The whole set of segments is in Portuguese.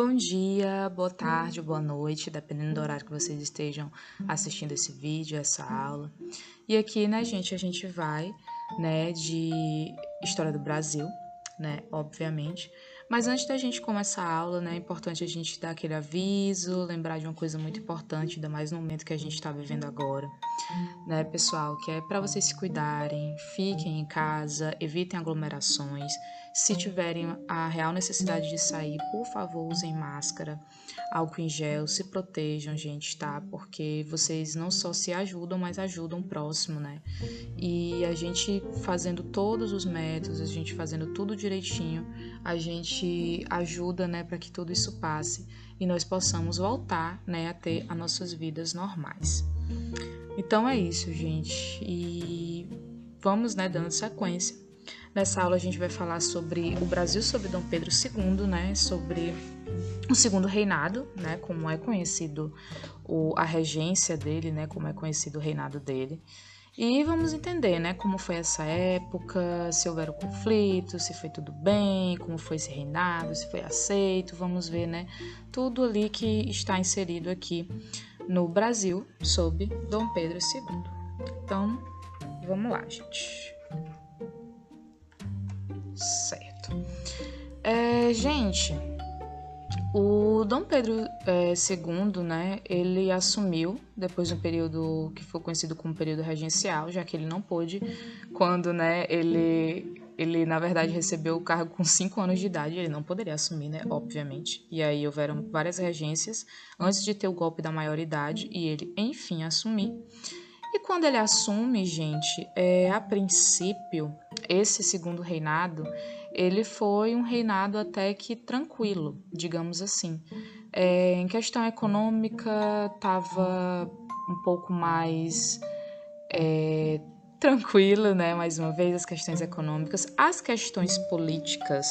Bom dia, boa tarde, boa noite, dependendo do horário que vocês estejam assistindo esse vídeo, essa aula. E aqui, né, gente, a gente vai, né, de História do Brasil, né, obviamente. Mas antes da gente começar a aula, né, é importante a gente dar aquele aviso, lembrar de uma coisa muito importante, ainda mais no momento que a gente está vivendo agora, né, pessoal, que é para vocês se cuidarem, fiquem em casa, evitem aglomerações. Se tiverem a real necessidade de sair, por favor, usem máscara, álcool em gel, se protejam, gente, tá? Porque vocês não só se ajudam, mas ajudam o próximo, né? E a gente fazendo todos os métodos, a gente fazendo tudo direitinho, a gente ajuda, né, para que tudo isso passe e nós possamos voltar, né, a ter as nossas vidas normais. Então é isso, gente. E vamos, né, dando sequência. Nessa aula a gente vai falar sobre o Brasil sob Dom Pedro II, né, sobre o segundo reinado, né, como é conhecido a regência dele, né, como é conhecido o reinado dele. E vamos entender, né, como foi essa época, se houveram conflitos, se foi tudo bem, como foi esse reinado, se foi aceito. Vamos ver, né, tudo ali que está inserido aqui no Brasil sob Dom Pedro II. Então, vamos lá, gente. Certo. Gente, o Dom Pedro II, né, ele assumiu depois de um período que foi conhecido como período regencial, já que ele não pôde, quando, né, ele na verdade recebeu o cargo com 5 anos de idade, ele não poderia assumir, né, obviamente. E aí houveram várias regências antes de ter o golpe da maioridade e ele, enfim, assumir. E quando ele assume, gente, a princípio, esse segundo reinado, ele foi um reinado até que tranquilo, digamos assim. Em questão econômica, estava um pouco mais tranquilo, né? Mais uma vez, as questões econômicas. As questões políticas,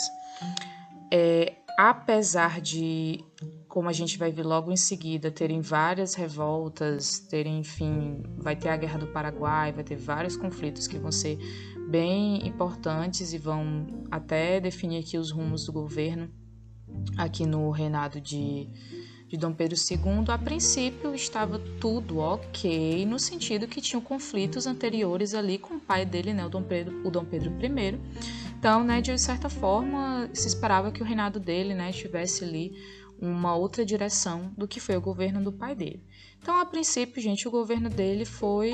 apesar de, como a gente vai ver logo em seguida, terem várias revoltas, enfim, vai ter a Guerra do Paraguai, vai ter vários conflitos que vão ser bem importantes e vão até definir aqui os rumos do governo aqui no reinado de Dom Pedro II. A princípio estava tudo ok, no sentido que tinham conflitos anteriores ali com o pai dele, né, o Dom Pedro I. Então, né, de certa forma, se esperava que o reinado dele, né, tivesse ali uma outra direção do que foi o governo do pai dele. Então, a princípio, gente, o governo dele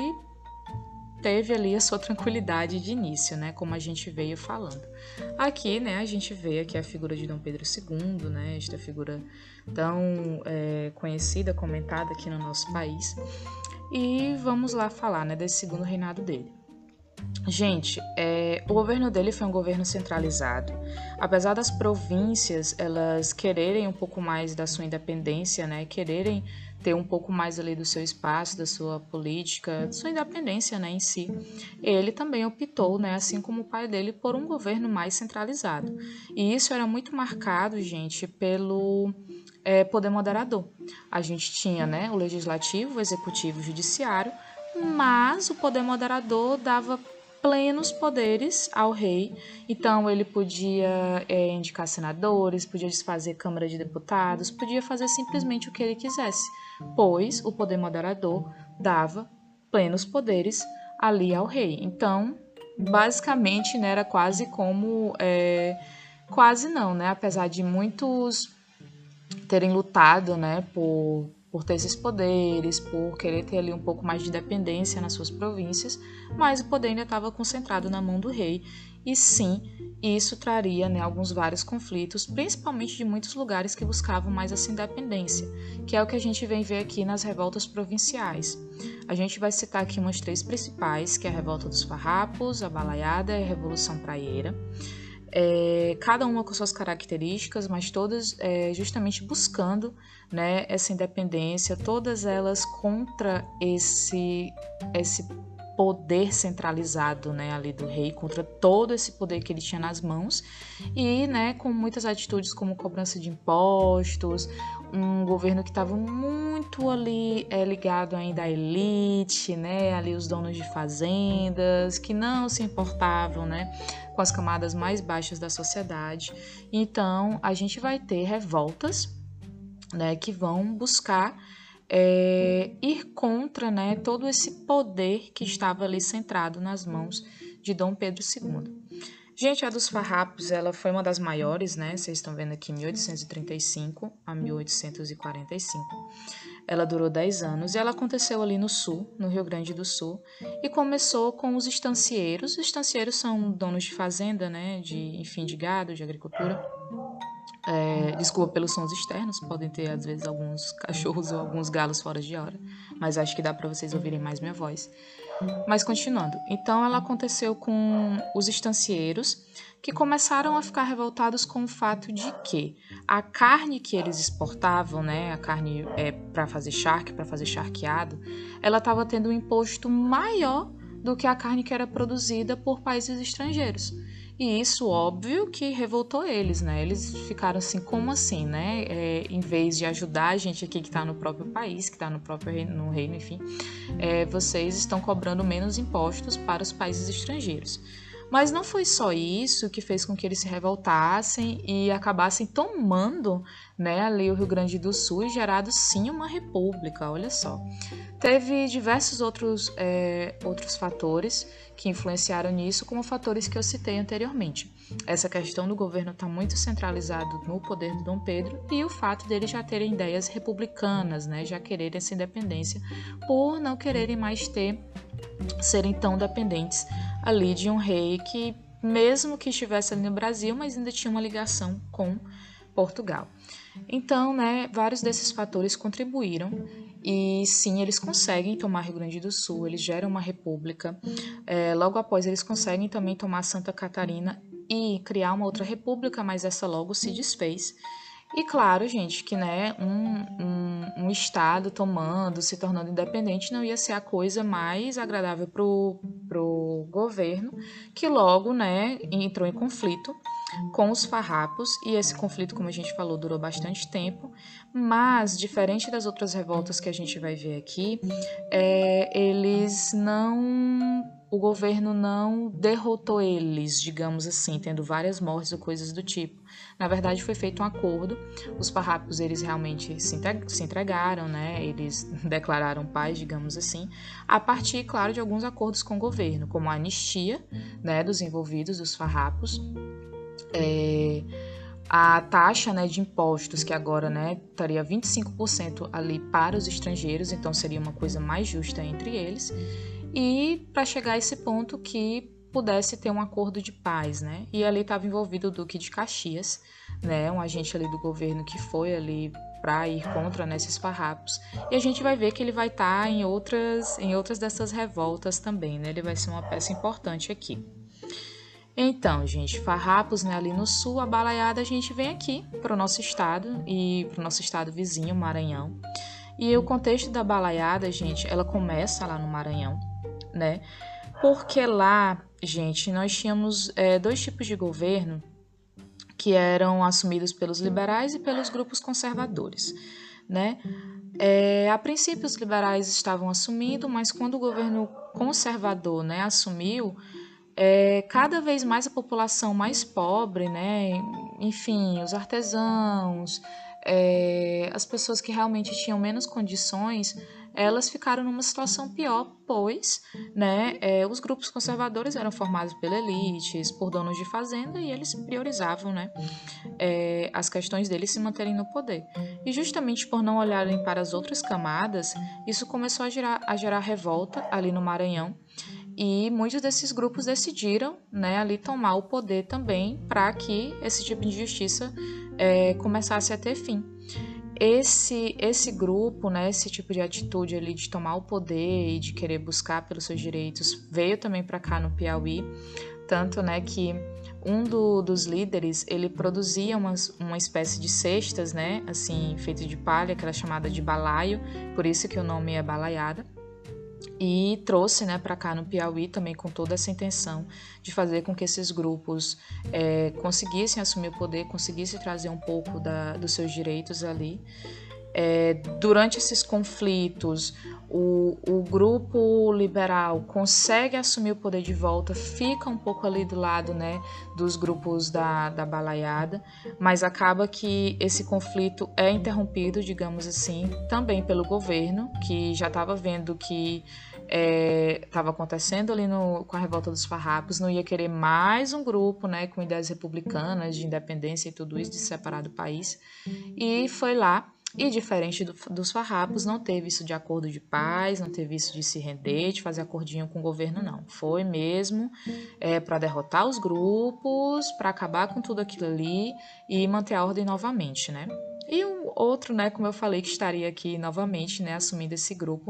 teve ali a sua tranquilidade de início, né, como a gente veio falando. Aqui, né, a gente vê aqui a figura de Dom Pedro II, né, esta figura tão conhecida, comentada aqui no nosso país. E vamos lá falar, né, desse segundo reinado dele. Gente, o governo dele foi um governo centralizado. Apesar das províncias elas quererem um pouco mais da sua independência, né, quererem ter um pouco mais ali do seu espaço, da sua política, da sua independência, né, em si, ele também optou, né, assim como o pai dele, por um governo mais centralizado. E isso era muito marcado, gente, pelo poder moderador. A gente tinha, né, o legislativo, o executivo, o judiciário, mas o poder moderador dava plenos poderes ao rei, então ele podia indicar senadores, podia desfazer Câmara de Deputados, podia fazer simplesmente o que ele quisesse, pois o poder moderador dava plenos poderes ali ao rei. Então, basicamente, né, era quase como... quase não, né? Apesar de muitos terem lutado, né, por ter esses poderes, por querer ter ali um pouco mais de dependência nas suas províncias, mas o poder ainda estava concentrado na mão do rei. E sim, isso traria, né, vários conflitos, principalmente de muitos lugares que buscavam mais essa independência, que é o que a gente vem ver aqui nas revoltas provinciais. A gente vai citar aqui umas 3 principais, que é a Revolta dos Farrapos, a Balaiada e a Revolução Praieira. Cada uma com suas características, mas todas justamente buscando, né, essa independência, todas elas contra esse poder centralizado, né, ali do rei, contra todo esse poder que ele tinha nas mãos e, né, com muitas atitudes como cobrança de impostos, um governo que estava muito ali ligado ainda à elite, né, ali os donos de fazendas, que não se importavam, né, com as camadas mais baixas da sociedade. Então, a gente vai ter revoltas né, que vão buscar ir contra, né, todo esse poder que estava ali centrado nas mãos de Dom Pedro II. Gente, a dos farrapos, ela foi uma das maiores, né? Vocês estão vendo aqui, 1835 a 1845. Ela durou 10 anos e ela aconteceu ali no sul, no Rio Grande do Sul, e começou com os estancieiros. Os estancieiros são donos de fazenda, né? Enfim, de gado, de agricultura. Desculpa pelos sons externos, podem ter às vezes alguns cachorros ou alguns galos fora de hora, mas acho que dá para vocês ouvirem mais minha voz. Mas continuando, então ela aconteceu com os estancieiros, que começaram a ficar revoltados com o fato de que a carne que eles exportavam, né, a carne para fazer charque, para fazer charqueado, ela estava tendo um imposto maior do que a carne que era produzida por países estrangeiros. E isso, óbvio, que revoltou eles, né? Eles ficaram assim, como assim, né? Em vez de ajudar a gente aqui que está no próprio país, que está no próprio reino, enfim, vocês estão cobrando menos impostos para os países estrangeiros. Mas não foi só isso que fez com que eles se revoltassem e acabassem tomando, né, ali o Rio Grande do Sul e gerado sim uma república, olha só. Teve diversos outros fatores que influenciaram nisso, como fatores que eu citei anteriormente. Essa questão do governo está muito centralizado no poder do Dom Pedro e o fato deles já terem ideias republicanas, né, já quererem essa independência, por não quererem mais serem tão dependentes ali de um rei que, mesmo que estivesse ali no Brasil, mas ainda tinha uma ligação com Portugal. Então, né, vários desses fatores contribuíram e sim, eles conseguem tomar Rio Grande do Sul, eles geram uma república. Logo após, eles conseguem também tomar Santa Catarina e criar uma outra república, mas essa logo se desfez. E claro, gente, que né, um estado se tornando independente, não ia ser a coisa mais agradável pro governo, que logo, né, entrou em conflito com os farrapos, e esse conflito, como a gente falou, durou bastante tempo, mas, diferente das outras revoltas que a gente vai ver aqui, o governo não derrotou eles, digamos assim, tendo várias mortes ou coisas do tipo. Na verdade, foi feito um acordo, os farrapos, eles realmente se entregaram, né? Eles declararam paz, digamos assim, a partir, claro, de alguns acordos com o governo, como a anistia, né, dos envolvidos, dos farrapos, a taxa, né, de impostos, que agora, né, estaria 25% ali para os estrangeiros, então seria uma coisa mais justa entre eles, e para chegar a esse ponto que pudesse ter um acordo de paz, né? E ali estava envolvido o Duque de Caxias, né, um agente ali do governo que foi ali para ir contra, né, esses farrapos. E a gente vai ver que ele vai estar em outras dessas revoltas também, né? Ele vai ser uma peça importante aqui. Então, gente, farrapos, né, ali no sul, a balaiada, a gente vem aqui para o nosso estado e para o nosso estado vizinho, Maranhão. E o contexto da balaiada, gente, ela começa lá no Maranhão, né? Porque lá, gente, nós tínhamos dois tipos de governo que eram assumidos pelos liberais e pelos grupos conservadores, né? A princípio, os liberais estavam assumindo, mas quando o governo conservador, né, assumiu, cada vez mais a população mais pobre, né, enfim, os artesãos, as pessoas que realmente tinham menos condições, elas ficaram numa situação pior, pois, né, os grupos conservadores eram formados pela elites, por donos de fazenda, e eles priorizavam, né, as questões deles se manterem no poder. E justamente por não olharem para as outras camadas, isso começou a gerar revolta ali no Maranhão, e muitos desses grupos decidiram, né, ali tomar o poder também para que esse tipo de injustiça começasse a ter fim. Esse grupo, né, esse tipo de atitude ali de tomar o poder e de querer buscar pelos seus direitos veio também para cá no Piauí, tanto, né, que dos líderes, ele produzia uma espécie de cestas, né, assim, feito de palha, que era chamada de balaio, por isso que o nome é balaiada. E trouxe, né, para cá no Piauí também com toda essa intenção de fazer com que esses grupos conseguissem assumir o poder, conseguissem trazer um pouco dos seus direitos ali. Durante esses conflitos, o grupo liberal consegue assumir o poder de volta, fica um pouco ali do lado, né, dos grupos da balaiada, mas acaba que esse conflito é interrompido, digamos assim, também pelo governo, que já estava vendo que estava acontecendo ali com a revolta dos farrapos, não ia querer mais um grupo, né, com ideias republicanas, de independência e tudo isso, de separar do país, e foi lá. E diferente dos farrapos, não teve isso de acordo de paz, não teve isso de se render, de fazer acordinho com o governo, não. Foi mesmo para derrotar os grupos, para acabar com tudo aquilo ali e manter a ordem novamente, né? E o outro, né, como eu falei, que estaria aqui novamente, né, assumindo esse grupo,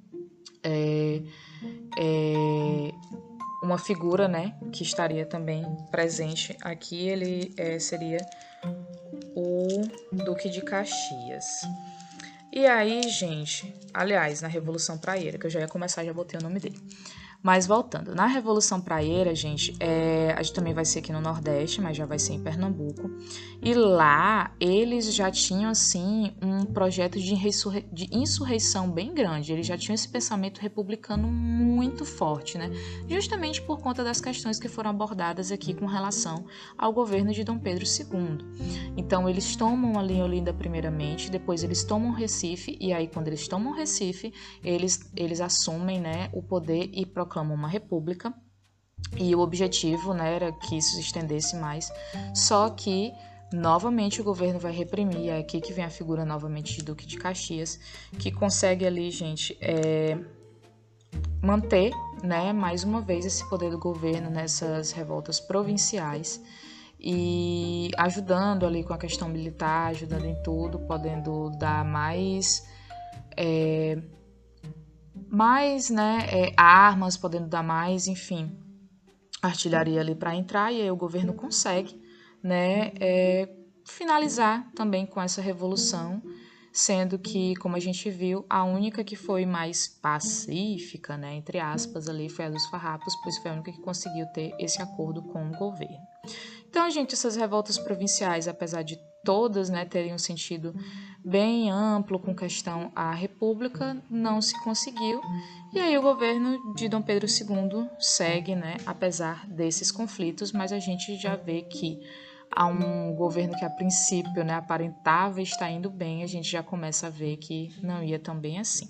uma figura, né, que estaria também presente aqui, ele seria o Duque de Caxias. E aí, gente, aliás, na Revolução Praieira, que eu já ia começar, já botei o nome dele. Mas voltando, na Revolução Praieira, gente, a gente também vai ser aqui no Nordeste, mas já vai ser em Pernambuco. E lá, eles já tinham, assim, um projeto de insurreição bem grande. Eles já tinham esse pensamento republicano muito forte, né? Justamente por conta das questões que foram abordadas aqui com relação ao governo de Dom Pedro II. Então, eles tomam ali Olinda primeiramente, depois eles tomam Recife, e aí, quando eles tomam Recife, eles assumem, né, o poder e proclamam uma república, e o objetivo, né, era que isso se estendesse mais, só que novamente o governo vai reprimir, é aqui que vem a figura novamente de Duque de Caxias, que consegue ali, gente, manter, né, mais uma vez esse poder do governo nessas revoltas provinciais, e ajudando ali com a questão militar, ajudando em tudo, podendo dar mais né, armas, podendo dar mais, enfim, artilharia ali para entrar, e aí o governo consegue, né, finalizar também com essa revolução, sendo que, como a gente viu, a única que foi mais pacífica, né, entre aspas, ali foi a dos farrapos, pois foi a única que conseguiu ter esse acordo com o governo. Então, gente, essas revoltas provinciais, apesar de todas, né, terem um sentido bem amplo com questão à república, não se conseguiu. E aí o governo de Dom Pedro II segue, né, apesar desses conflitos, mas a gente já vê que há um governo que a princípio, né, aparentava estar indo bem, a gente já começa a ver que não ia tão bem assim.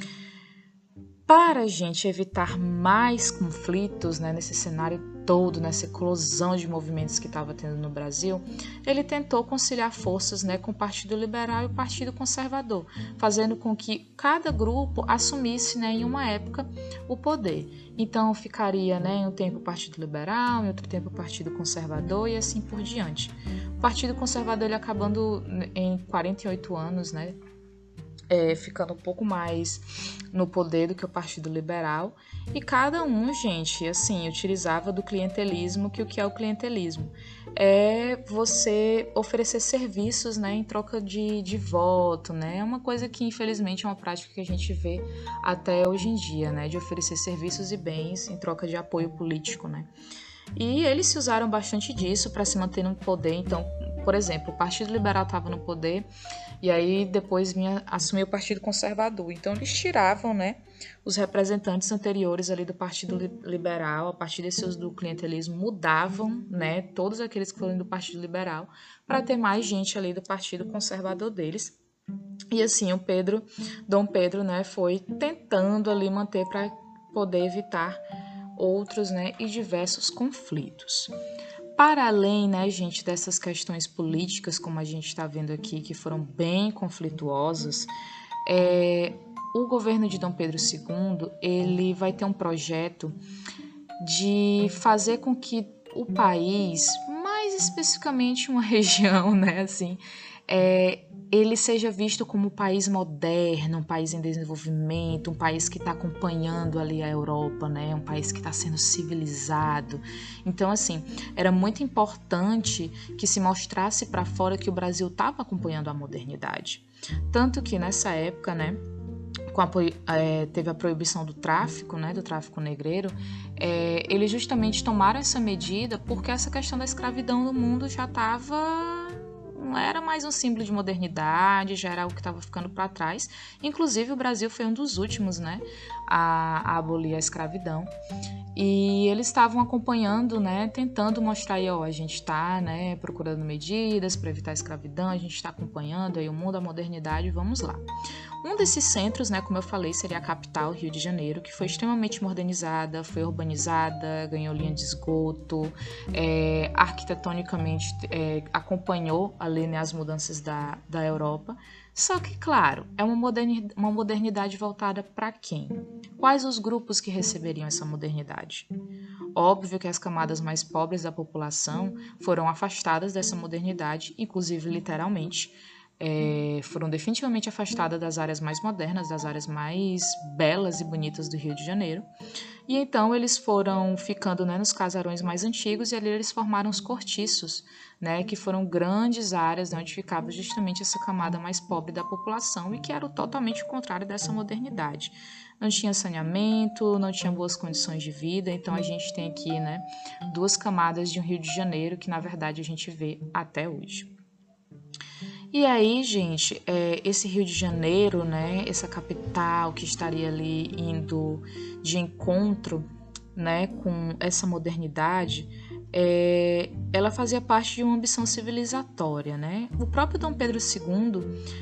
Para a gente evitar mais conflitos, né, nesse cenário todo, nessa eclosão de movimentos que estava tendo no Brasil, ele tentou conciliar forças, né, com o Partido Liberal e o Partido Conservador, fazendo com que cada grupo assumisse, né, em uma época o poder. Então ficaria, né, em um tempo o Partido Liberal, em outro tempo o Partido Conservador e assim por diante. O Partido Conservador ele acabando em 48 anos, né, ficando um pouco mais no poder do que o Partido Liberal, e cada um, gente, assim, utilizava do clientelismo, que o que é o clientelismo? É você oferecer serviços, né, em troca de voto, né, é uma coisa que infelizmente é uma prática que a gente vê até hoje em dia, né, de oferecer serviços e bens em troca de apoio político, né. E eles se usaram bastante disso para se manter no poder. Então, por exemplo, o Partido Liberal estava no poder e aí depois vinha assumir o Partido Conservador. Então, eles tiravam, né, os representantes anteriores ali do Partido Liberal, a partir desse uso do clientelismo, mudavam, né, todos aqueles que foram do Partido Liberal para ter mais gente ali do Partido Conservador deles. E assim, Dom Pedro, né, foi tentando ali manter para poder evitar outros, né, e diversos conflitos. Para além, né, gente, dessas questões políticas, como a gente está vendo aqui, que foram bem conflituosas, o governo de Dom Pedro II, ele vai ter um projeto de fazer com que o país, mais especificamente uma região, né, assim, ele seja visto como um país moderno, um país em desenvolvimento, um país que está acompanhando ali a Europa, né? Um país que está sendo civilizado. Então, assim, era muito importante que se mostrasse para fora que o Brasil estava acompanhando a modernidade. Tanto que nessa época, né, teve a proibição do tráfico, né, do tráfico negreiro, eles justamente tomaram essa medida porque essa questão da escravidão no mundo já estava não era mais um símbolo de modernidade, já era algo que estava ficando para trás. Inclusive, o Brasil foi um dos últimos, né, a abolir a escravidão. E eles estavam acompanhando, né, tentando mostrar aí, ó, a gente está, né, procurando medidas para evitar a escravidão, a gente está acompanhando aí o mundo, a modernidade, vamos lá. Um desses centros, né, como eu falei, seria a capital, Rio de Janeiro, que foi extremamente modernizada, foi urbanizada, ganhou linha de esgoto, arquitetonicamente acompanhou ali, né, as mudanças da Europa. Só que, claro, é uma modernidade voltada para quem? Quais os grupos que receberiam essa modernidade? Óbvio que as camadas mais pobres da população foram afastadas dessa modernidade, inclusive literalmente, foram definitivamente afastadas das áreas mais modernas, das áreas mais belas e bonitas do Rio de Janeiro. E então eles foram ficando, né, nos casarões mais antigos e ali eles formaram os cortiços, né, que foram grandes áreas onde ficava justamente essa camada mais pobre da população e que era totalmente o contrário dessa modernidade. Não tinha saneamento, não tinha boas condições de vida, então a gente tem aqui, né, duas camadas de um Rio de Janeiro que na verdade a gente vê até hoje. E aí, gente, esse Rio de Janeiro, né, essa capital que estaria ali indo de encontro, né, com essa modernidade, ela fazia parte de uma ambição civilizatória, né? O próprio Dom Pedro II,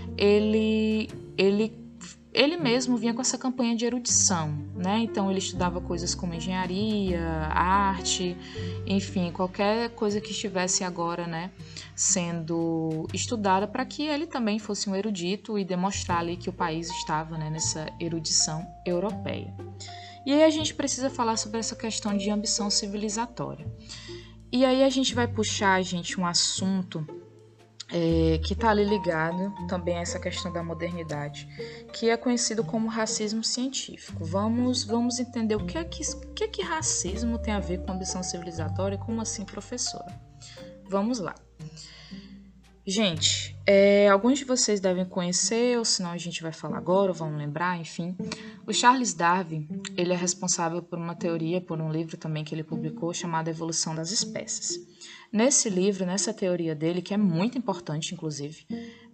ele mesmo vinha com essa campanha de erudição, né? Então ele estudava coisas como engenharia, arte, enfim, qualquer coisa que estivesse agora, né, sendo estudada para que ele também fosse um erudito e demonstrar ali que o país estava, né, nessa erudição europeia. E aí a gente precisa falar sobre essa questão de ambição civilizatória. E aí a gente vai puxar, gente, um assunto que está ali ligado também a essa questão da modernidade, que é conhecido como racismo científico. Vamos entender o que é que racismo tem a ver com ambição civilizatória, como assim, professora? Vamos lá. Gente, alguns de vocês devem conhecer, ou senão a gente vai falar agora, ou vão lembrar, enfim. O Charles Darwin, ele é responsável por uma teoria, por um livro também que ele publicou, chamado Evolução das Espécies. Nesse livro, nessa teoria dele, que é muito importante, inclusive,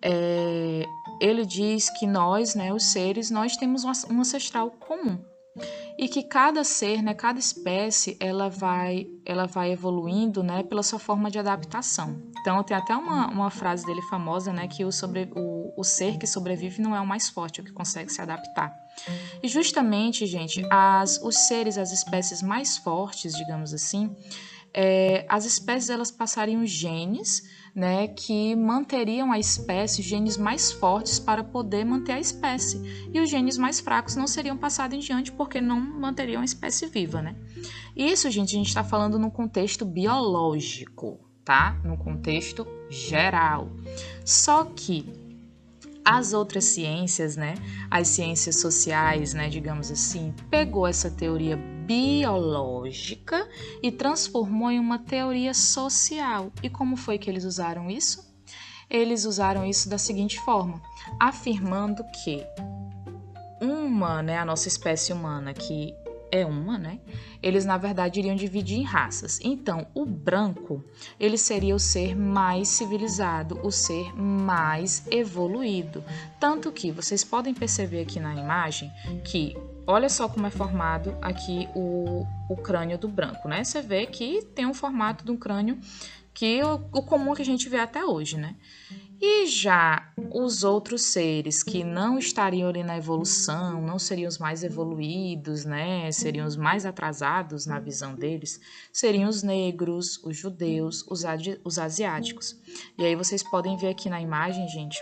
ele diz que nós, né, os seres, nós temos um ancestral comum. E que cada ser, né, cada espécie, ela vai evoluindo, né, pela sua forma de adaptação. Então, tem até uma frase dele famosa, né, que o ser que sobrevive não é o mais forte, é o que consegue se adaptar. E justamente, gente, os seres, as espécies mais fortes, digamos assim, as espécies elas passariam genes, né, que manteriam a espécie, genes mais fortes para poder manter a espécie. E os genes mais fracos não seriam passados em diante porque não manteriam a espécie viva, né? Isso, gente, a gente está falando num contexto biológico, tá? Num contexto geral. Só que as outras ciências, né, as ciências sociais, né, digamos assim, pegou essa teoria biológica e transformou em uma teoria social. E como foi que eles usaram isso? Eles usaram isso da seguinte forma, afirmando que a nossa espécie humana, que é uma, né? Eles, na verdade, iriam dividir em raças. Então, o branco, ele seria o ser mais civilizado, o ser mais evoluído. Tanto que vocês podem perceber aqui na imagem que, olha só como é formado aqui o crânio do branco, né? Você vê que tem um formato de um crânio que o comum que a gente vê até hoje, né? E já os outros seres que não estariam ali na evolução, não seriam os mais evoluídos, né? Seriam os mais atrasados na visão deles, seriam os negros, os judeus, os asiáticos. E aí vocês podem ver aqui na imagem, gente,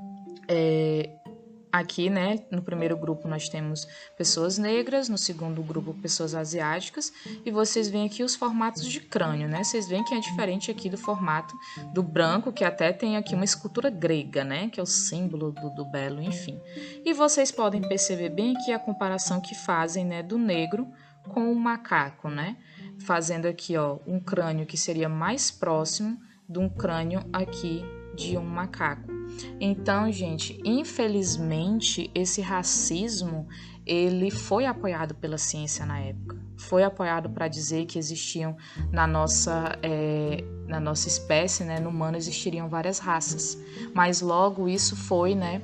aqui, né, no primeiro grupo nós temos pessoas negras, no segundo grupo pessoas asiáticas, e vocês veem aqui os formatos de crânio, né? Vocês veem que é diferente aqui do formato do branco, que até tem aqui uma escultura grega, né, que é o símbolo do belo, enfim. E vocês podem perceber bem aqui a comparação que fazem, né, do negro com o macaco, né? Fazendo aqui, ó, um crânio que seria mais próximo de um crânio aqui de um macaco. Então, gente, infelizmente, esse racismo, ele foi apoiado pela ciência na época. Foi apoiado para dizer que existiam na na nossa espécie, né, no humano existiriam várias raças, mas logo isso foi, né,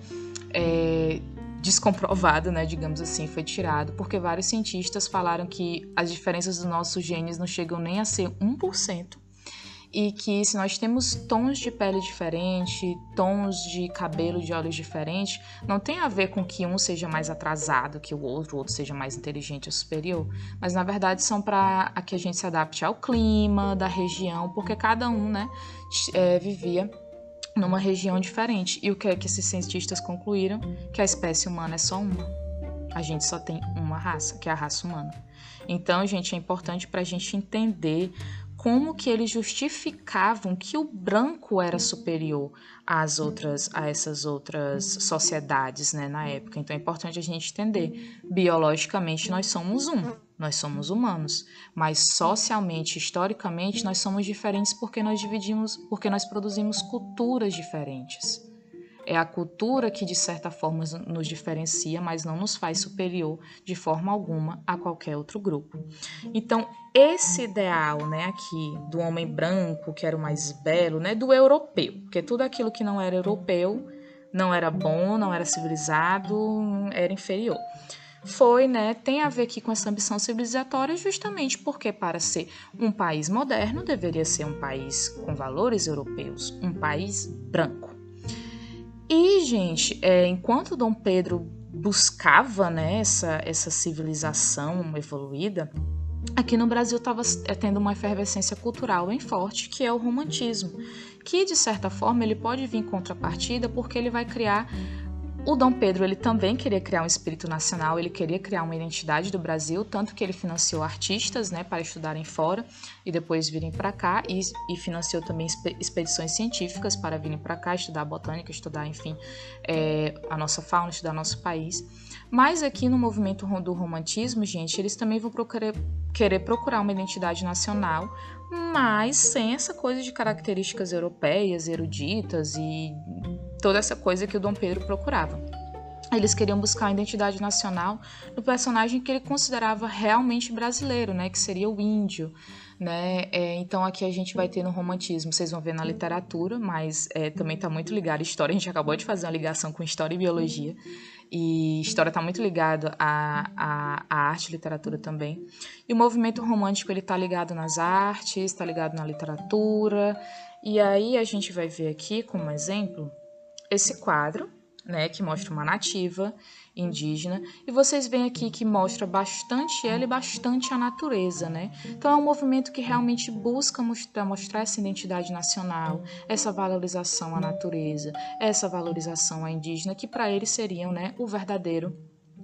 descomprovado, né, digamos assim, foi tirado, porque vários cientistas falaram que as diferenças dos nossos genes não chegam nem a ser 1%, e que se nós temos tons de pele diferente, tons de cabelo, de olhos diferentes, não tem a ver com que um seja mais atrasado que o outro seja mais inteligente ou superior, mas na verdade são para que a gente se adapte ao clima da região, porque cada um, né, vivia numa região diferente. E o que é que esses cientistas concluíram? Que a espécie humana é só uma. A gente só tem uma raça, que é a raça humana. Então, gente, é importante para a gente entender como que eles justificavam que o branco era superior a essas outras sociedades, né, na época. Então é importante a gente entender. Biologicamente nós somos nós somos humanos, mas socialmente, historicamente, nós somos diferentes porque porque nós produzimos culturas diferentes. É a cultura que, de certa forma, nos diferencia, mas não nos faz superior de forma alguma a qualquer outro grupo. Então, esse ideal, né, aqui, do homem branco, que era o mais belo, né, do europeu, porque tudo aquilo que não era europeu não era bom, não era civilizado, era inferior. Foi, né, tem a ver aqui com essa ambição civilizatória justamente porque para ser um país moderno deveria ser um país com valores europeus, um país branco. E, gente, enquanto Dom Pedro buscava, né, essa civilização evoluída, aqui no Brasil estava tendo uma efervescência cultural bem forte, que é o romantismo, que, de certa forma, ele pode vir em contrapartida porque ele vai criar... O Dom Pedro, ele também queria criar um espírito nacional, ele queria criar uma identidade do Brasil, tanto que ele financiou artistas, né, para estudarem fora e depois virem para cá, e financiou também expedições científicas para virem para cá, estudar botânica, estudar, enfim, a nossa fauna, estudar nosso país. Mas aqui no movimento do romantismo, gente, eles também vão querer procurar uma identidade nacional, mas sem essa coisa de características europeias, eruditas e toda essa coisa que o Dom Pedro procurava. Eles queriam buscar a identidade nacional do personagem que ele considerava realmente brasileiro, né, que seria o índio, né? Então aqui a gente vai ter no romantismo, vocês vão ver na literatura, mas também está muito ligado à história. A gente acabou de fazer uma ligação com história e biologia, e história está muito ligado à arte e literatura também. E o movimento romântico ele está ligado nas artes, está ligado na literatura. E aí a gente vai ver aqui como exemplo esse quadro, né, que mostra uma nativa indígena, e vocês veem aqui que mostra bastante ela e bastante a natureza, né? Então é um movimento que realmente busca mostrar essa identidade nacional, essa valorização à natureza, essa valorização à indígena, que para eles seriam, né, o verdadeiro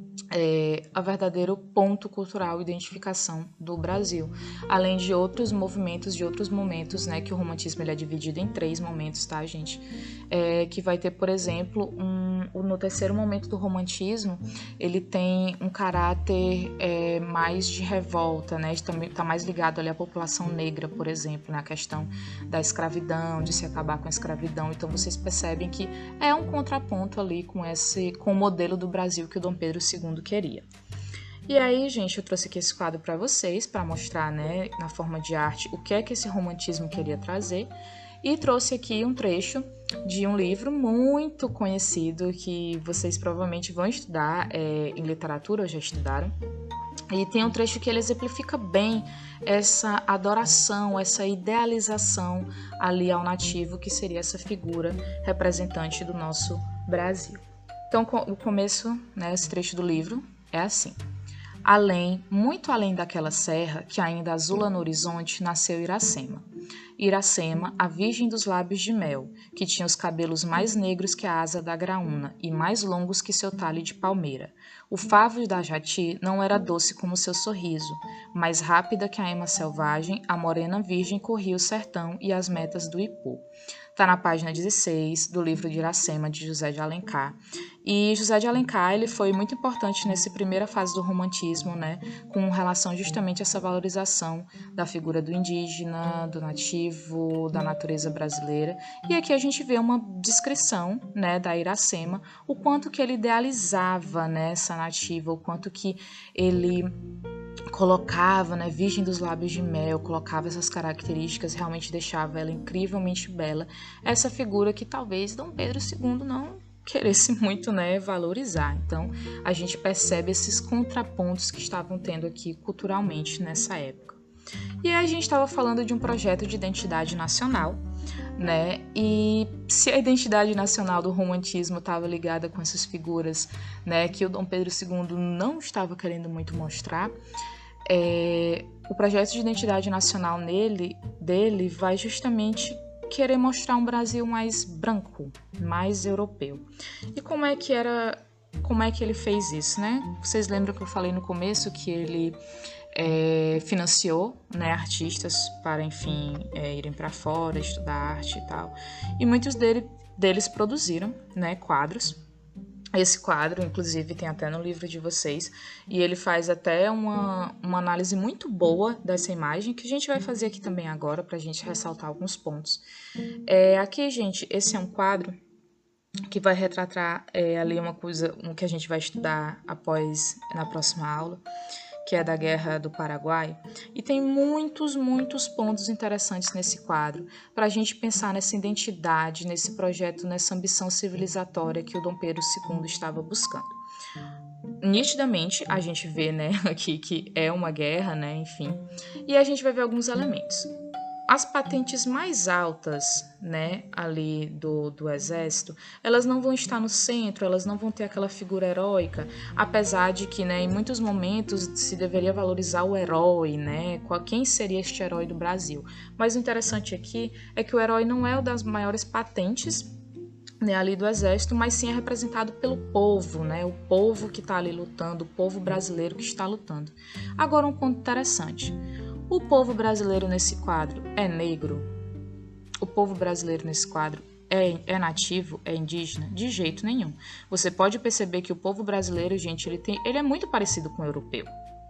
ponto cultural e identificação do Brasil, além de outros movimentos, de outros momentos, né, que o romantismo ele é dividido em 3 momentos, tá, gente? Que vai ter, por exemplo, no terceiro momento do romantismo, ele tem um caráter mais de revolta, né? Está mais ligado ali à população negra, por exemplo, na questão da escravidão, de se acabar com a escravidão. Então vocês percebem que é um contraponto ali com o modelo do Brasil que o Dom Pedro II queria. E aí, gente, eu trouxe aqui esse quadro para vocês, para mostrar, né, na forma de arte, o que é que esse romantismo queria trazer. E trouxe aqui um trecho de um livro muito conhecido que vocês provavelmente vão estudar em literatura, ou já estudaram. E tem um trecho que ele exemplifica bem essa adoração, essa idealização ali ao nativo, que seria essa figura representante do nosso Brasil. Então, o começo, né, esse trecho do livro é assim. Além, muito além daquela serra que ainda azula no horizonte, nasceu Iracema. Iracema, a virgem dos lábios de mel, que tinha os cabelos mais negros que a asa da graúna e mais longos que seu talhe de palmeira. O favo da jati não era doce como seu sorriso, mais rápida que a ema selvagem, a morena virgem corria o sertão e as metas do Ipu. Está na página 16 do livro de Iracema, de José de Alencar. E José de Alencar ele foi muito importante nessa primeira fase do romantismo, né, com relação justamente a essa valorização da figura do indígena, do nativo, da natureza brasileira. E aqui a gente vê uma descrição, né, da Iracema, o quanto que ele idealizava, né, essa nativa, o quanto que ele colocava, né, Virgem dos Lábios de Mel, colocava essas características, realmente deixava ela incrivelmente bela. Essa figura que talvez Dom Pedro II não queresse muito, né, valorizar. Então, a gente percebe esses contrapontos que estavam tendo aqui culturalmente nessa época. E aí a gente estava falando de um projeto de identidade nacional, né? E se a identidade nacional do romantismo estava ligada com essas figuras, né, que o Dom Pedro II não estava querendo muito mostrar, o projeto de identidade nacional dele vai justamente querer mostrar um Brasil mais branco, mais europeu. E como é que ele fez isso, né? Vocês lembram que eu falei no começo que ele financiou, né, artistas para, enfim, irem para fora, estudar arte e tal. E muitos deles produziram, né, quadros. Esse quadro, inclusive, tem até no livro de vocês, e ele faz até uma análise muito boa dessa imagem, que a gente vai fazer aqui também agora, para a gente ressaltar alguns pontos. Aqui, gente, esse é um quadro que vai retratar ali uma coisa que a gente vai estudar na próxima aula, que é da Guerra do Paraguai, e tem muitos pontos interessantes nesse quadro, para a gente pensar nessa identidade, nesse projeto, nessa ambição civilizatória que o Dom Pedro II estava buscando. Nitidamente, a gente vê, né, aqui que é uma guerra, né, enfim, e a gente vai ver alguns elementos. As patentes mais altas, né, ali do exército, elas não vão estar no centro, elas não vão ter aquela figura heróica, apesar de que, né, em muitos momentos se deveria valorizar o herói, né, quem seria este herói do Brasil. Mas o interessante aqui é que o herói não é o das maiores patentes, né, ali do exército, mas sim é representado pelo povo, né, o povo que está ali lutando, o povo brasileiro que está lutando. Agora um ponto interessante. O povo brasileiro nesse quadro é negro? O povo brasileiro nesse quadro é nativo? É indígena? De jeito nenhum. Você pode perceber que o povo brasileiro, gente, ele é muito parecido com o europeu.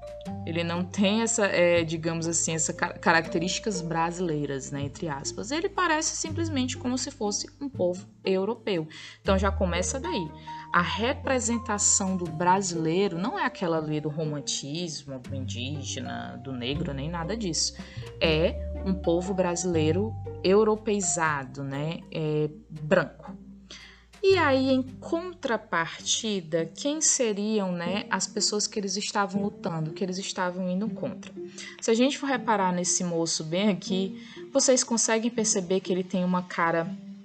Ele não tem digamos assim, essas características brasileiras, né, entre aspas. Ele parece simplesmente como se fosse um povo europeu. Então já começa daí. A representação do brasileiro não é aquela ali do romantismo, do indígena, do negro, nem nada disso. É um povo brasileiro europeizado, né, branco. E aí, em contrapartida, quem seriam, né, as pessoas que eles estavam lutando, que eles estavam indo contra? Se a gente for reparar nesse moço bem aqui, vocês conseguem perceber que ele tem uma cara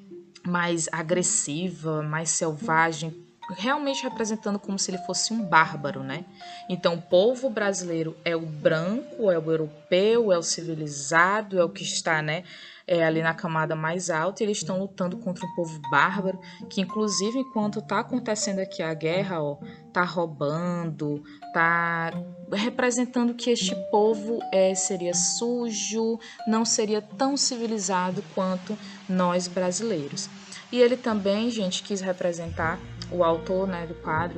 mais agressiva, mais selvagem, realmente representando como se ele fosse um bárbaro, né? Então, o povo brasileiro é o branco, é o europeu, é o civilizado, é o que está, né, ali na camada mais alta, e eles estão lutando contra um povo bárbaro, que inclusive enquanto está acontecendo aqui a guerra, ó, tá roubando, tá representando que este povo seria sujo, não seria tão civilizado quanto nós brasileiros. E ele também, gente, quis representar, o autor, né, do quadro,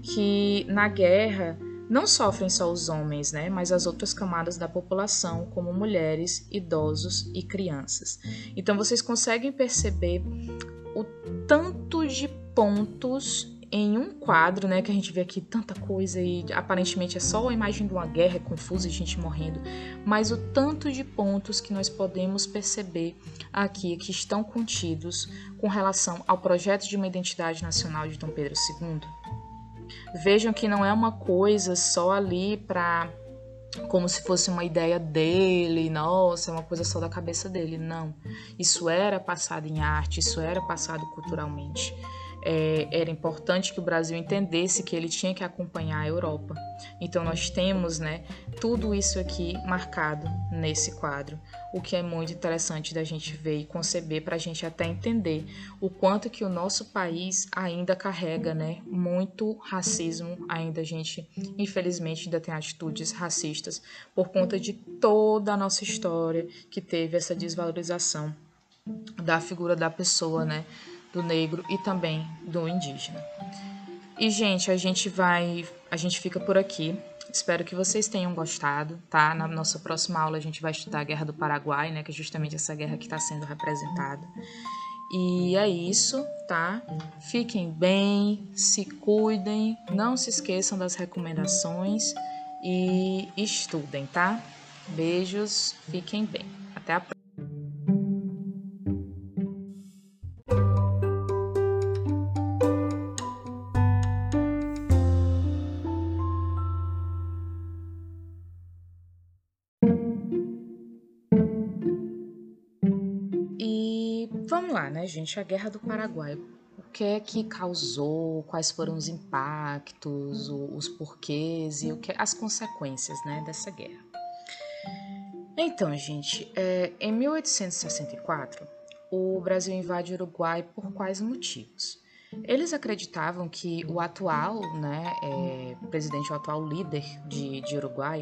que na guerra não sofrem só os homens, né, mas as outras camadas da população, como mulheres, idosos e crianças. Então vocês conseguem perceber o tanto de pontos em um quadro, né, que a gente vê aqui tanta coisa e aparentemente é só a imagem de uma guerra, é confusa e gente morrendo, mas o tanto de pontos que nós podemos perceber aqui que estão contidos com relação ao projeto de uma identidade nacional de Dom Pedro II. Vejam que não é uma coisa só ali para como se fosse uma ideia dele, nossa, é uma coisa só da cabeça dele. Não, isso era passado em arte, isso era passado culturalmente. Era importante que o Brasil entendesse que ele tinha que acompanhar a Europa. Então nós temos, né, tudo isso aqui marcado nesse quadro, o que é muito interessante da gente ver e conceber para a gente até entender o quanto que o nosso país ainda carrega, né, muito racismo, ainda a gente, infelizmente, ainda tem atitudes racistas por conta de toda a nossa história que teve essa desvalorização da figura da pessoa, né, do negro e também do indígena. E, gente, a gente fica por aqui. Espero que vocês tenham gostado, tá? Na nossa próxima aula a gente vai estudar a Guerra do Paraguai, né? Que é justamente essa guerra que está sendo representada. E é isso, tá? Fiquem bem, se cuidem, não se esqueçam das recomendações e estudem, tá? Beijos, fiquem bem. Até a próxima. E vamos lá, né, gente? A Guerra do Paraguai. O que é que causou? Quais foram os impactos, os porquês e as consequências, né, dessa guerra? Então, gente, em 1864, o Brasil invade o Uruguai por quais motivos? Eles acreditavam que o atual, né, presidente, o atual líder de Uruguai,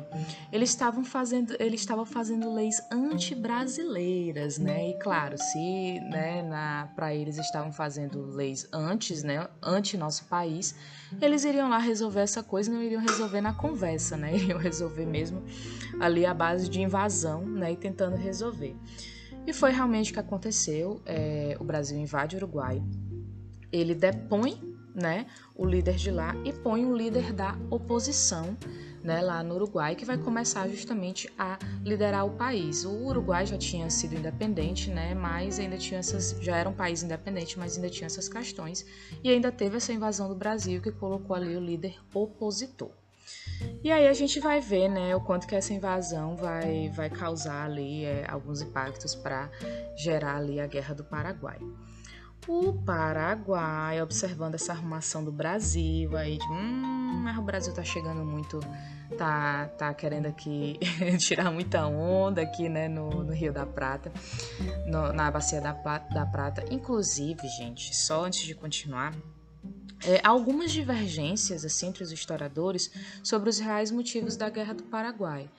ele estava fazendo leis anti-brasileiras, né? E claro, se, né, para eles estavam fazendo leis antes, né, anti nosso país, eles iriam lá resolver essa coisa, não iriam resolver na conversa, né? Iriam resolver mesmo ali à base de invasão, né, e tentando resolver. E foi realmente o que aconteceu. O Brasil invade o Uruguai, ele depõe, né, o líder de lá e põe o líder da oposição, né, lá no Uruguai, que vai começar justamente a liderar o país. O Uruguai já tinha sido independente, né, mas ainda tinha já era um país independente, mas ainda tinha essas questões, e ainda teve essa invasão do Brasil que colocou ali o líder opositor. E aí a gente vai ver, né, o quanto que essa invasão vai causar ali alguns impactos para gerar ali a Guerra do Paraguai. O Paraguai, observando essa arrumação do Brasil, aí mas o Brasil tá chegando muito, tá querendo aqui tirar muita onda aqui, né, no Rio da Prata, na Bacia da Prata. Inclusive, gente, só antes de continuar, algumas divergências assim, entre os historiadores sobre os reais motivos da Guerra do Paraguai.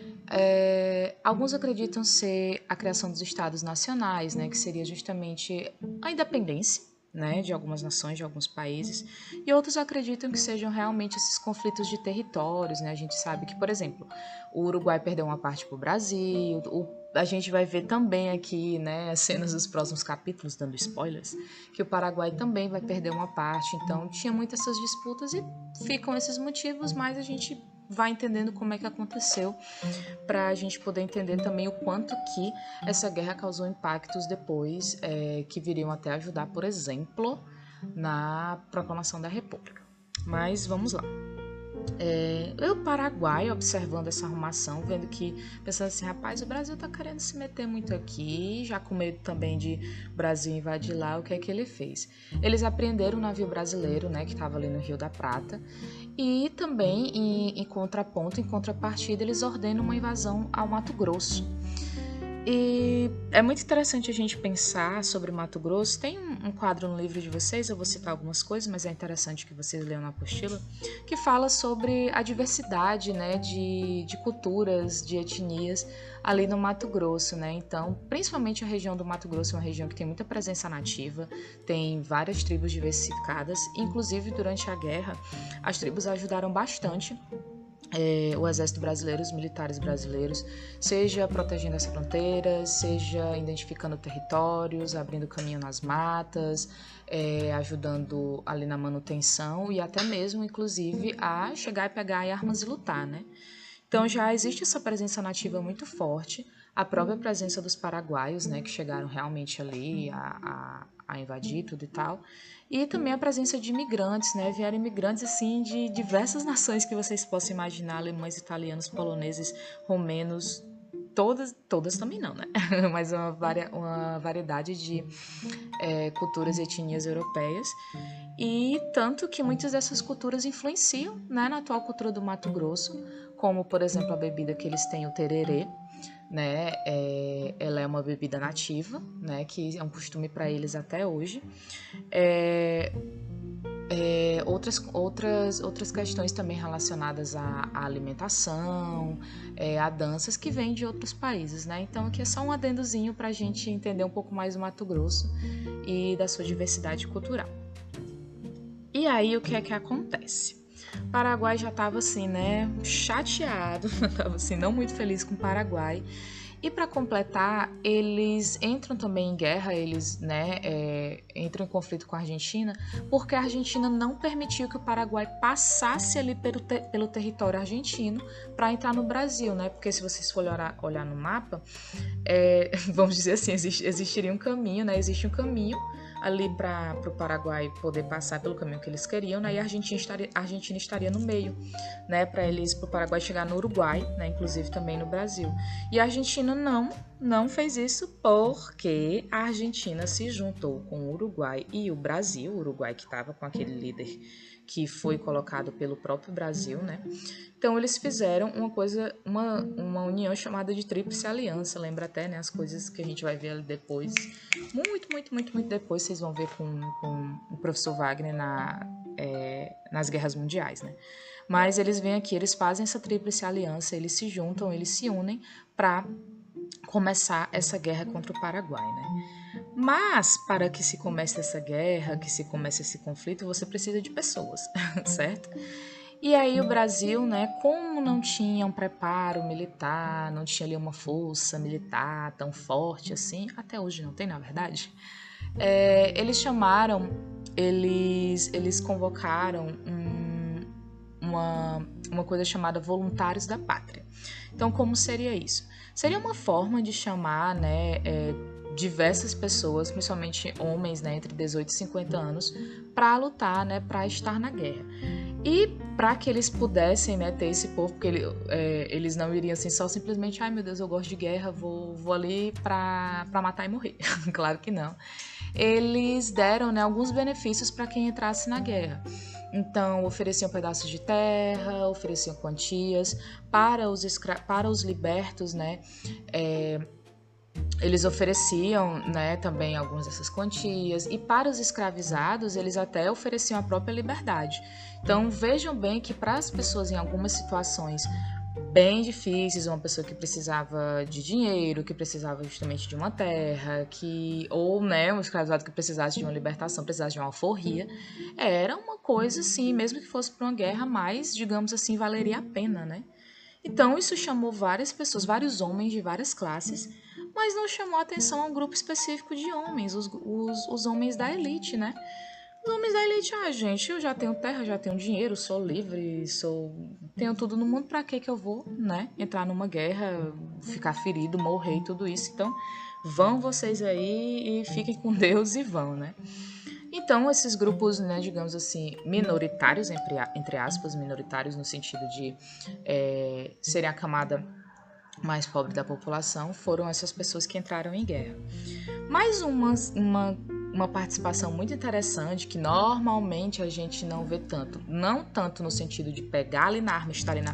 Alguns acreditam ser a criação dos estados nacionais, né, que seria justamente a independência, né, de algumas nações, de alguns países, e outros acreditam que sejam realmente esses conflitos de territórios, né? A gente sabe que, por exemplo, o Uruguai perdeu uma parte para o Brasil, a gente vai ver também aqui, né, as cenas dos próximos capítulos, dando spoilers, que o Paraguai também vai perder uma parte, então tinha muitas essas disputas e ficam esses motivos, mas a gente vai entendendo como é que aconteceu para a gente poder entender também o quanto que essa guerra causou impactos depois que viriam até ajudar, por exemplo, na proclamação da República. Mas vamos lá. O Paraguai, observando essa arrumação, vendo que, pensando assim, rapaz, o Brasil tá querendo se meter muito aqui, já com medo também de o Brasil invadir lá, o que é que ele fez? Eles apreenderam o navio brasileiro, né, que estava ali no Rio da Prata, e também, em contraponto, em contrapartida, eles ordenam uma invasão ao Mato Grosso. E é muito interessante a gente pensar sobre Mato Grosso. Tem um quadro no livro de vocês, eu vou citar algumas coisas, mas é interessante que vocês leiam na apostila, que fala sobre a diversidade, né, de culturas, de etnias ali no Mato Grosso, né? Então, principalmente a região do Mato Grosso é uma região que tem muita presença nativa, tem várias tribos diversificadas, inclusive durante a guerra, as tribos ajudaram bastante o exército brasileiro, os militares brasileiros, seja protegendo as fronteiras, seja identificando territórios, abrindo caminho nas matas, ajudando ali na manutenção e até mesmo, inclusive, a chegar e pegar armas e lutar, né? Então já existe essa presença nativa muito forte, a própria presença dos paraguaios, né, que chegaram realmente ali a invadir tudo e tal, e também a presença de imigrantes, né, vieram imigrantes assim de diversas nações que vocês possam imaginar, alemães, italianos, poloneses, romenos, todas também não, né, mas uma variedade de culturas e etnias europeias, e tanto que muitas dessas culturas influenciam, né, na atual cultura do Mato Grosso, como, por exemplo, a bebida que eles têm, o tererê, né, ela é uma bebida nativa, né, que é um costume para eles até hoje. Outras questões também relacionadas à alimentação, a danças que vêm de outros países, né? Então aqui é só um adendozinho para a gente entender um pouco mais do Mato Grosso e da sua diversidade cultural. E aí o que é que acontece? O Paraguai já estava assim, né, chateado, estava assim, não muito feliz com o Paraguai. E para completar, eles entram também em guerra, eles, né, entram em conflito com a Argentina, porque a Argentina não permitiu que o Paraguai passasse ali pelo território argentino para entrar no Brasil, né? Porque se vocês forem olhar no mapa, vamos dizer assim, existiria um caminho, né? Existe um caminho ali para o Paraguai poder passar pelo caminho que eles queriam, né? E a Argentina estaria no meio, né? Para o Paraguai chegar no Uruguai, né? Inclusive também no Brasil. E a Argentina não fez isso porque a Argentina se juntou com o Uruguai e o Brasil, o Uruguai que estava com aquele líder que foi colocado pelo próprio Brasil, né? Então eles fizeram uma união chamada de Tríplice Aliança, lembra até, né, as coisas que a gente vai ver ali depois, muito depois vocês vão ver com o professor Wagner nas guerras mundiais, né? Mas eles vêm aqui, eles fazem essa Tríplice Aliança, eles se juntam, eles se unem para começar essa guerra contra o Paraguai, né? Mas para que se comece essa guerra, que se comece esse conflito, você precisa de pessoas, certo? E aí o Brasil, né, como não tinha um preparo militar, não tinha ali uma força militar tão forte assim, até hoje não tem, na verdade, eles convocaram uma coisa chamada Voluntários da Pátria. Então, como seria isso? Seria uma forma de chamar, né, diversas pessoas, principalmente homens, né, entre 18 e 50 anos, para lutar, né, para estar na guerra. E para que eles pudessem, né, ter esse povo, porque eles não iriam assim só simplesmente, ai meu Deus, eu gosto de guerra, vou ali para matar e morrer. Claro que não. Eles deram, né, alguns benefícios para quem entrasse na guerra. Então, ofereciam pedaços de terra, ofereciam quantias para os libertos, né? Eles ofereciam, né, também algumas dessas quantias, e para os escravizados eles até ofereciam a própria liberdade. Então vejam bem que para as pessoas em algumas situações bem difíceis, uma pessoa que precisava de dinheiro, que precisava justamente de uma terra, ou, né, um escravizado que precisasse de uma libertação, precisasse de uma alforria, era uma coisa assim, mesmo que fosse para uma guerra, mas, digamos assim, valeria a pena, né? Então isso chamou várias pessoas, vários homens de várias classes, mas não chamou atenção a um grupo específico de homens, os homens da elite, né? Os homens da elite, gente, eu já tenho terra, já tenho dinheiro, sou livre, tenho tudo no mundo, pra que eu vou, né? Entrar numa guerra, ficar ferido, morrer e tudo isso. Então, vão vocês aí e fiquem com Deus e vão, né? Então, esses grupos, né, digamos assim, minoritários, entre aspas, minoritários no sentido de serem a camada mais pobre da população, foram essas pessoas que entraram em guerra. Mais uma participação muito interessante que normalmente a gente não vê tanto. Não tanto no sentido de pegar ali na arma e estar ali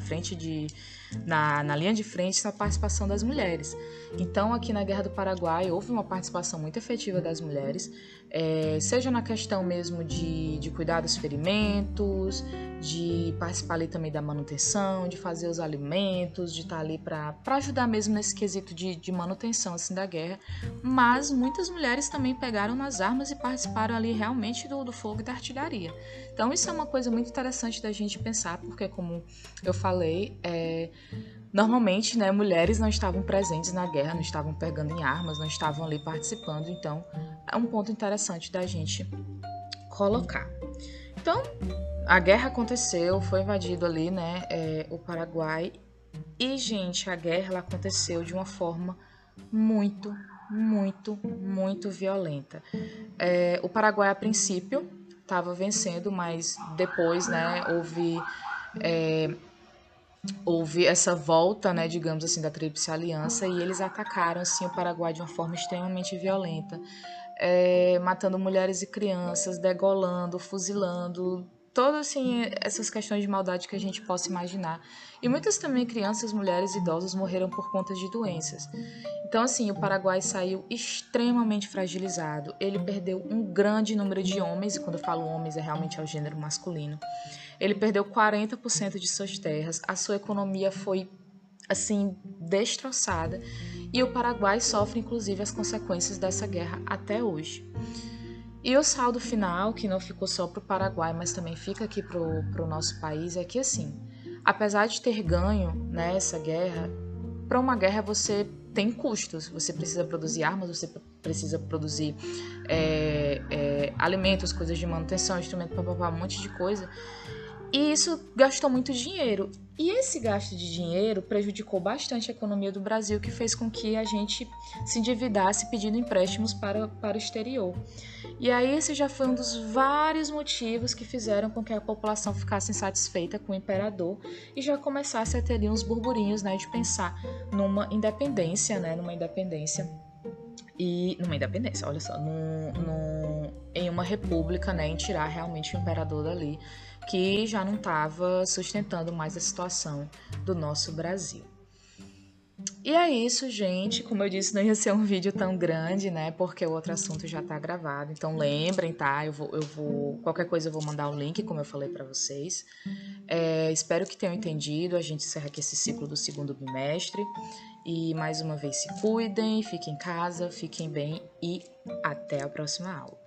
na linha de frente, a participação das mulheres. Então, aqui na Guerra do Paraguai, houve uma participação muito efetiva das mulheres, seja na questão mesmo de cuidar dos ferimentos, de participar ali também da manutenção, de fazer os alimentos, de estar ali para ajudar mesmo nesse quesito de manutenção assim, da guerra. Mas muitas mulheres também pegaram nas armas e participaram ali realmente do fogo e da artilharia. Então isso é uma coisa muito interessante da gente pensar, porque como eu falei, normalmente, né, mulheres não estavam presentes na guerra, não estavam pegando em armas, não estavam ali participando, então é um ponto interessante da gente colocar. Então, a guerra aconteceu, foi invadido ali, né, o Paraguai, e, gente, a guerra ela aconteceu de uma forma muito violenta. O Paraguai, a princípio, estava vencendo, mas depois, né, houve essa volta, né, digamos assim, da Tríplice Aliança, e eles atacaram assim, o Paraguai de uma forma extremamente violenta, matando mulheres e crianças, degolando, fuzilando, todas assim, essas questões de maldade que a gente possa imaginar. E muitas também crianças, mulheres e idosos morreram por conta de doenças. Então, assim, o Paraguai saiu extremamente fragilizado. Ele perdeu um grande número de homens, e quando eu falo homens, é realmente ao gênero masculino. Ele perdeu 40% de suas terras, a sua economia foi, assim, destroçada, e o Paraguai sofre, inclusive, as consequências dessa guerra até hoje. E o saldo final, que não ficou só para o Paraguai, mas também fica aqui para o nosso país, é que, assim, apesar de ter ganho, né, essa guerra, para uma guerra você tem custos. Você precisa produzir armas, você precisa produzir alimentos, coisas de manutenção, instrumento, papapá, um monte de coisa. E isso gastou muito dinheiro. E esse gasto de dinheiro prejudicou bastante a economia do Brasil, que fez com que a gente se endividasse pedindo empréstimos para o exterior. E aí esse já foi um dos vários motivos que fizeram com que a população ficasse insatisfeita com o imperador e já começasse a ter ali uns burburinhos, né, de pensar numa independência, olha só, em uma república, né, em tirar realmente o imperador dali, que já não estava sustentando mais a situação do nosso Brasil. E é isso, gente. Como eu disse, não ia ser um vídeo tão grande, né? Porque o outro assunto já tá gravado. Então lembrem, tá? Qualquer coisa eu vou mandar o link, como eu falei para vocês. Espero que tenham entendido. A gente encerra aqui esse ciclo do segundo bimestre. E mais uma vez se cuidem, fiquem em casa, fiquem bem e até a próxima aula.